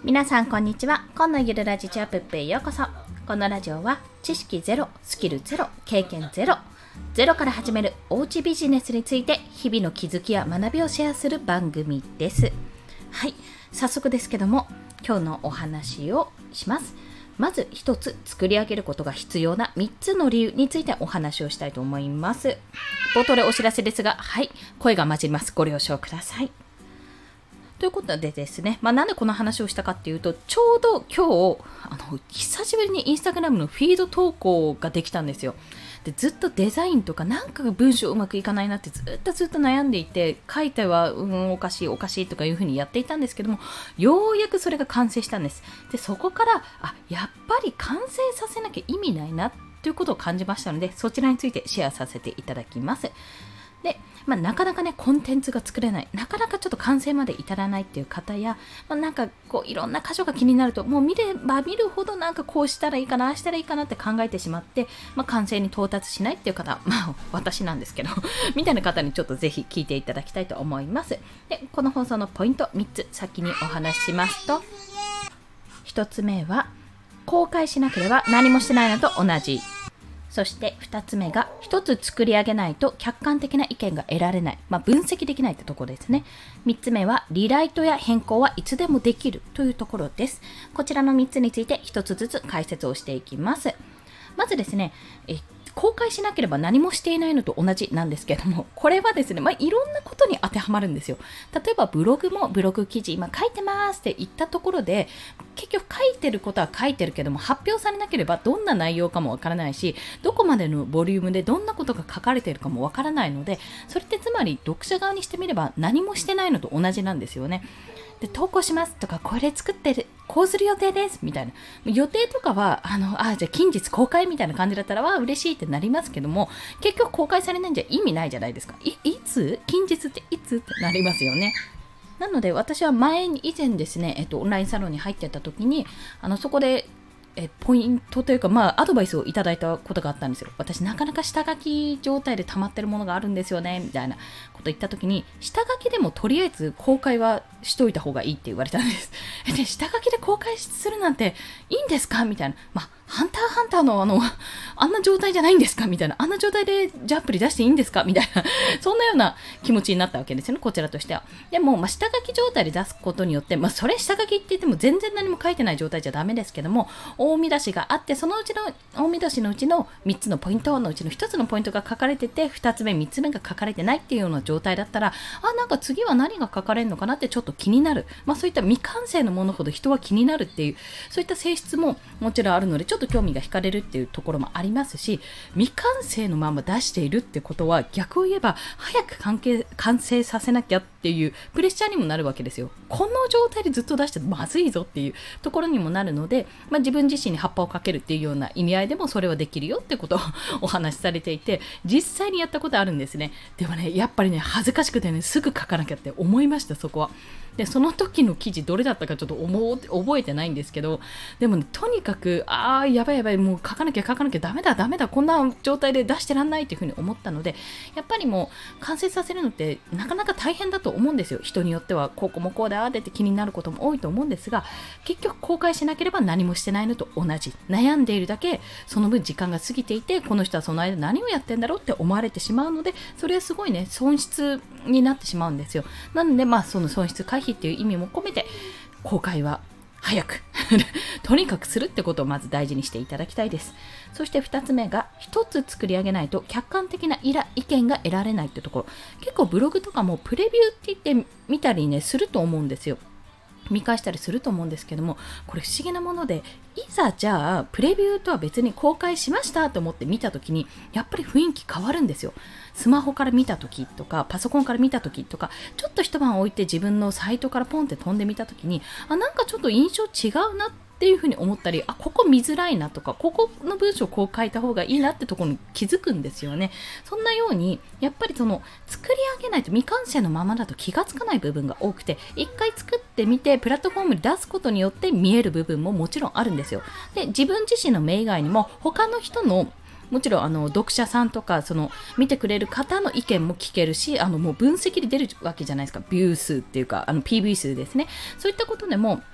皆さんこんにちは。今のゆるラジチャップップへようこそ。このラジオは知識ゼロ、スキルゼロ、経験ゼロ、ゼロから始めるおうちビジネスについて日々の気づきや学びをシェアする番組です。はい、早速ですけども今日のお話をします。まず一つ作り上げることが必要な3つの理由についてお話をしたいと思います。冒頭でお知らせですが、はい、声が混じります。ご了承ください。ということでですね、なんでこの話をしたかっていうと、ちょうど今日久しぶりにインスタグラムのフィード投稿ができたんですよ。でずっとデザインとかなんか文章うまくいかないなってずっと悩んでいて、書いてはおかしいとかいう風にやっていたんですけども、ようやくそれが完成したんです。でそこからやっぱり完成させなきゃ意味ないなということを感じましたので、そちらについてシェアさせていただきます。でなかなかねコンテンツが作れない、なかなかちょっと完成まで至らないっていう方や、なんかこういろんな箇所が気になると、もう見れば見るほどなんかこうしたらいいかな、ああしたらいいかなって考えてしまって、完成に到達しないっていう方、私なんですけどみたいな方にちょっとぜひ聞いていただきたいと思います。でこの放送のポイント3つ先にお話ししますと、1つ目は公開しなければ何もしてないのと同じ。そして2つ目が1つ作り上げないと客観的な意見が得られない、分析できないってところですね。3つ目はリライトや変更はいつでもできるというところです。こちらの3つについて1つずつ解説をしていきます。まずですね、公開しなければ何もしていないのと同じなんですけども、これはですね、いろんなことに当てはまるんですよ。例えばブログもブログ記事今書いてますって言ったところで、結局書いてることは書いてるけども、発表されなければどんな内容かもわからないし、どこまでのボリュームでどんなことが書かれているかもわからないので、それってつまり読者側にしてみれば何もしてないのと同じなんですよね。で投稿しますとか、これ作ってる、こうする予定ですみたいな予定とかはじゃあ近日公開みたいな感じだったら嬉しいってなりますけども、結局公開されないんじゃ意味ないじゃないですか。いつ近日っていつってなりますよね。なので私は以前ですね、オンラインサロンに入ってた時にそこでポイントというか、アドバイスをいただいたことがあったんですよ。私なかなか下書き状態で溜まってるものがあるんですよねみたいなこと言った時に、下書きでもとりあえず公開はしといた方がいいって言われたんです。で下書きで公開するなんていいんですかみたいな、ハンターハンターのあんな状態じゃないんですかみたいな、あんな状態でじゃあアプリ出していいんですかみたいなそんなような気持ちになったわけですよね、こちらとしては。でも、下書き状態で出すことによって、それ下書きって言っても全然何も書いてない状態じゃダメですけども、大見出しがあって、そのうちの大見出しのうちの3つのポイントのうちの1つのポイントが書かれてて、2つ目3つ目が書かれてないっていうような状態だったら、なんか次は何が書かれるのかなってちょっと気になる、そういった未完成のものほど人は気になるっていう、そういった性質ももちろんあるので、ちょっと興味が惹かれるっていうところもありますし、未完成のまま出しているってことは、逆を言えば早く完成させなきゃっていうプレッシャーにもなるわけですよ。この状態でずっと出してまずいぞっていうところにもなるので、自分自身に葉っぱをかけるっていうような意味合いでもそれはできるよってことをお話しされていて、実際にやったことあるんですね。でもね、やっぱりね、恥ずかしくてね、すぐ書かなきゃって思いました。そこはで、その時の記事どれだったかちょっと覚えてないんですけど、でもね、とにかくやばいもう書かなきゃダメだこんな状態で出してらんないっていうふうに思ったので、やっぱりもう完成させるのってなかなか大変だと思うんですよ。人によってはここもこうでって気になることも多いと思うんですが、結局公開しなければ何もしてないのと同じ。悩んでいるだけ、その分時間が過ぎていて、この人はその間何をやってんだろうって思われてしまうので、それはすごいね、損失になってしまうんですよ。なのでその損失回避っていう意味も込めて、公開は早くとにかくするってことをまず大事にしていただきたいです。そして2つ目が、1つ作り上げないと客観的な意見が得られないってところ。結構ブログとかもプレビューって言ってみたりねすると思うんですよ。見返したりすると思うんですけども、これ不思議なもので、いざじゃあプレビューとは別に公開しましたと思って見たときに、やっぱり雰囲気変わるんですよ。スマホから見たときとかパソコンから見たときとか、ちょっと一晩置いて自分のサイトからポンって飛んでみたときに、なんかちょっと印象違うなっていうふうに思ったり、ここ見づらいなとか、ここの文章をこう書いた方がいいなってところに気づくんですよね。そんなようにやっぱりその作り上げないと、未完成のままだと気がつかない部分が多くて、一回作ってみてプラットフォームに出すことによって見える部分ももちろんあるんですよ。で、自分自身の目以外にも他の人のもちろん読者さんとか見てくれる方の意見も聞けるし、もう分析で出るわけじゃないですか。ビュー数っていうかPV 数ですね。そういったことでも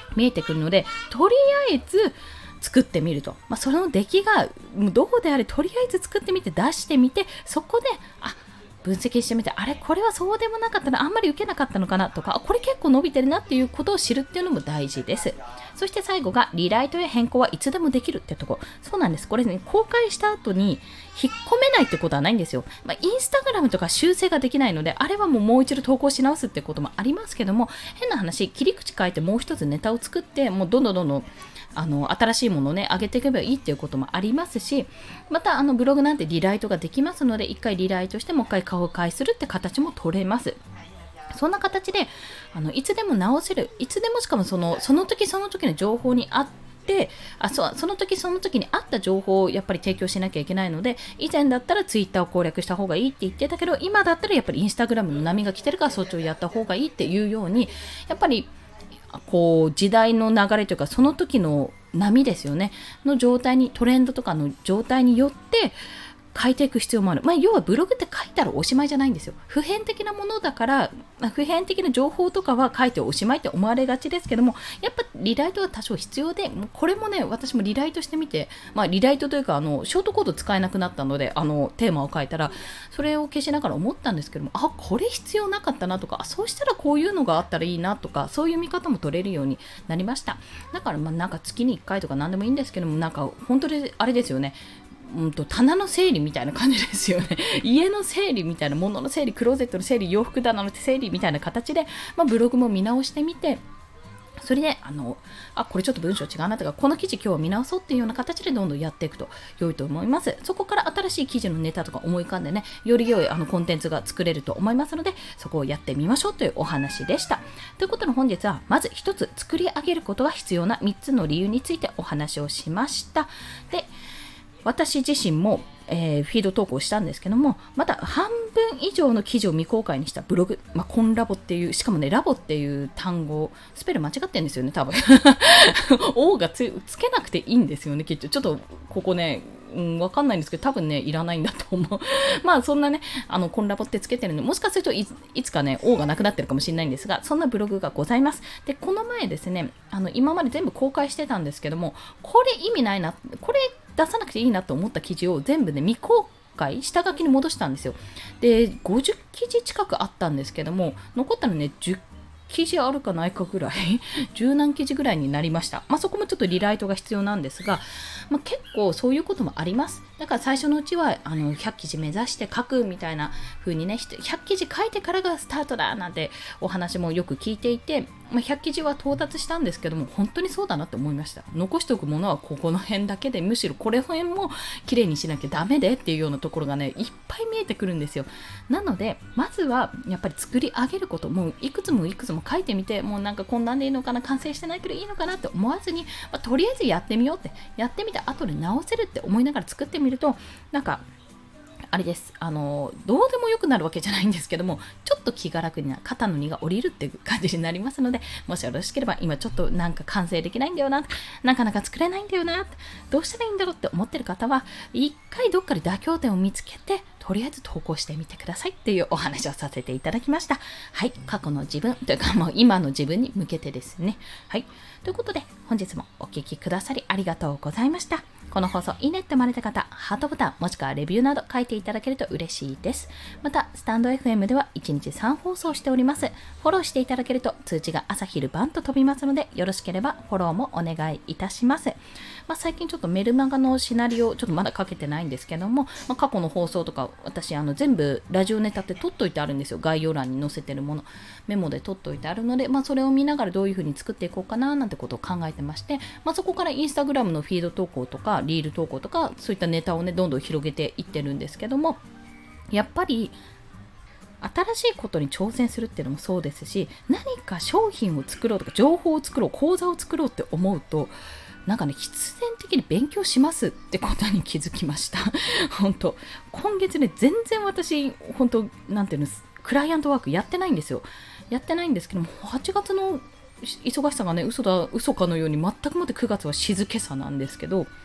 見えてくるので、とりあえず作ってみると、その出来がどうであれとりあえず作ってみて出してみて、そこで分析してみて、あれこれはそうでもなかったな、あんまり受けなかったのかなとか、これ結構伸びてるなっていうことを知るっていうのも大事です。そして最後がリライトや変更はいつでもできるってところ。そうなんです。これね、公開した後に引っ込めないってことはないんですよ。インスタグラムとか修正ができないので、あれはもう一度投稿し直すってこともありますけども、変な話、切り口変えてもう一つネタを作って、もうどんどん新しいものをね上げていけばいいっていうこともありますし、またブログなんてリライトができますので、一回リライトしてもう一回公開するって形も取れます。そんな形でいつでも直せる、いつでも、しかもその時その時の情報にあってその時その時に合った情報をやっぱり提供しなきゃいけないので、以前だったらツイッターを攻略した方がいいって言ってたけど、今だったらやっぱりインスタグラムの波が来てるからそっちをやった方がいいっていうように、やっぱり時代の流れというか、その時の波ですよねの状態に、トレンドとかの状態によって変えていく必要もある。要はブログって書いたらおしまいじゃないんですよ。普遍的なものだから、普遍的な情報とかは書いておしまいって思われがちですけども、やっぱリライトは多少必要で、これもね、私もリライトしてみて、リライトというかショートコード使えなくなったので、テーマを書いたらそれを消しながら思ったんですけども、これ必要なかったなとか、そうしたらこういうのがあったらいいなとか、そういう見方も取れるようになりました。だからなんか月に1回とか何でもいいんですけども、なんか本当にあれですよね、棚の整理みたいな感じですよね。家の整理みたいな、物の整理、クローゼットの整理、洋服棚の整理みたいな形で、ブログも見直してみて、それでこれちょっと文章違うなとか、この記事今日は見直そうっていうような形でどんどんやっていくと良いと思います。そこから新しい記事のネタとか思い浮かんでね、より良いコンテンツが作れると思いますので、そこをやってみましょうというお話でした。ということで本日はまず一つ作り上げることが必要な3つの理由についてお話をしました。で、私自身も、フィード投稿したんですけども、また半分以上の記事を未公開にしたブログ、コンラボっていう、しかもね、ラボっていう単語、スペル間違ってるんですよね、多分。O がつけなくていいんですよね、きっと。ちょっとここね、わかんないんですけど、多分ね、いらないんだと思う。そんなね、コンラボってつけてるので、もしかするといつかね、O がなくなってるかもしれないんですが、そんなブログがございます。で、この前ですね、今まで全部公開してたんですけども、これ意味ないな、これ出さなくていいなと思った記事を全部ね、未公開、下書きに戻したんですよ。で、50記事近くあったんですけども、残ったのね、10記事あるかないかぐらい10何記事ぐらいになりました。そこもちょっとリライトが必要なんですが、結構そういうこともあります。だから最初のうちは100記事目指して書くみたいな風にね、100記事書いてからがスタートだなんてお話もよく聞いていて、100記事は到達したんですけども、本当にそうだなって思いました。残しておくものはここの辺だけで、むしろこれ辺も綺麗にしなきゃダメでっていうようなところがね、いっぱい見えてくるんですよ。なのでまずはやっぱり作り上げること、もういくつも書いてみて、もうなんかこんなんでいいのかな、完成してないけどいいのかなって思わずに、とりあえずやってみようって、やってみて後で直せるって思いながら作ってみると、なんかあれです、どうでもよくなるわけじゃないんですけども、ちょっと気が楽にな、肩の荷が下りるっていう感じになりますので、もしよろしければ、今ちょっとなんか完成できないんだよな、なかなか作れないんだよな、どうしたらいいんだろうって思ってる方は、一回どっかで妥協点を見つけて、とりあえず投稿してみてくださいっていうお話をさせていただきました。はい、過去の自分というか、もう今の自分に向けてですね。はい、ということで本日もお聞きくださりありがとうございました。この放送いいねって思われた方、ハートボタンもしくはレビューなど書いていただけると嬉しいです。またスタンド FM では1日3放送しております。フォローしていただけると通知が朝昼晩と飛びますので、よろしければフォローもお願いいたします。最近ちょっとメルマガのシナリオちょっとまだ書けてないんですけども、過去の放送とか私全部ラジオネタって取っといてあるんですよ。概要欄に載せてるものメモで取っといてあるので、それを見ながらどういう風に作っていこうかななんてことを考えてまして、そこからインスタグラムのフィード投稿とかリール投稿とかそういったネタをねどんどん広げていってるんですけども、やっぱり新しいことに挑戦するっていうのもそうですし、何か商品を作ろうとか情報を作ろう、講座を作ろうって思うと、なんかね、必然的に勉強しますってことに気づきました。本当今月ね、全然私本当なんていうの、クライアントワークやってないんですよ。やってないんですけども、8月の忙しさがね、嘘かのように全くもって9月は静けさなんですけど、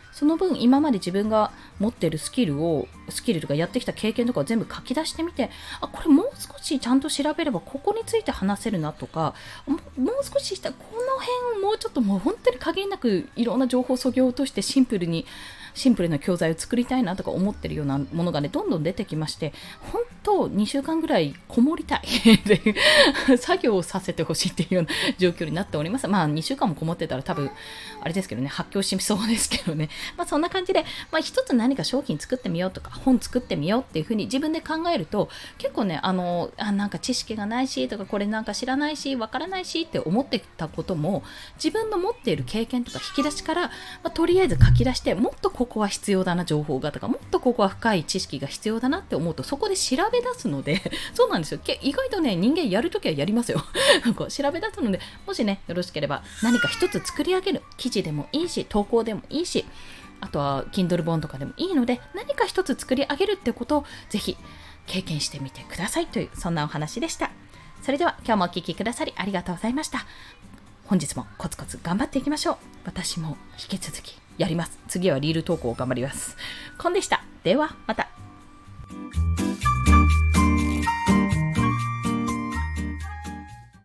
その分今まで自分が持ってるスキルとかやってきた経験とかを全部書き出してみて、これもう少しちゃんと調べればここについて話せるなとか、もう少ししたこの辺をもうちょっともう本当に限りなくいろんな情報をそぎ落としてシンプルな教材を作りたいなとか思ってるようなものがねどんどん出てきまして、本当2週間ぐらいこもりたいっていう作業をさせてほしいっていうような状況になっております。2週間もこもってたら多分あれですけどね、発狂しそうですけどね、そんな感じで、一つ何か商品作ってみようとか本作ってみようっていう風に自分で考えると、結構ねなんか知識がないしとか、これなんか知らないしわからないしって思ってたことも、自分の持っている経験とか引き出しから、とりあえず書き出して、もっとここは必要だな情報がとか、もっとここは深い知識が必要だなって思うと、そこで調べ出すのでそうなんですよ、意外とね人間やるときはやりますよ調べ出すので、もしねよろしければ何か一つ作り上げる、記事でもいいし投稿でもいいし、あとは Kindle 本とかでもいいので、何か一つ作り上げるってことをぜひ経験してみてくださいという、そんなお話でした。それでは今日もお聞きくださりありがとうございました。本日もコツコツ頑張っていきましょう。私も引き続きやります。次はリール投稿を頑張ります。コンでした。ではまた。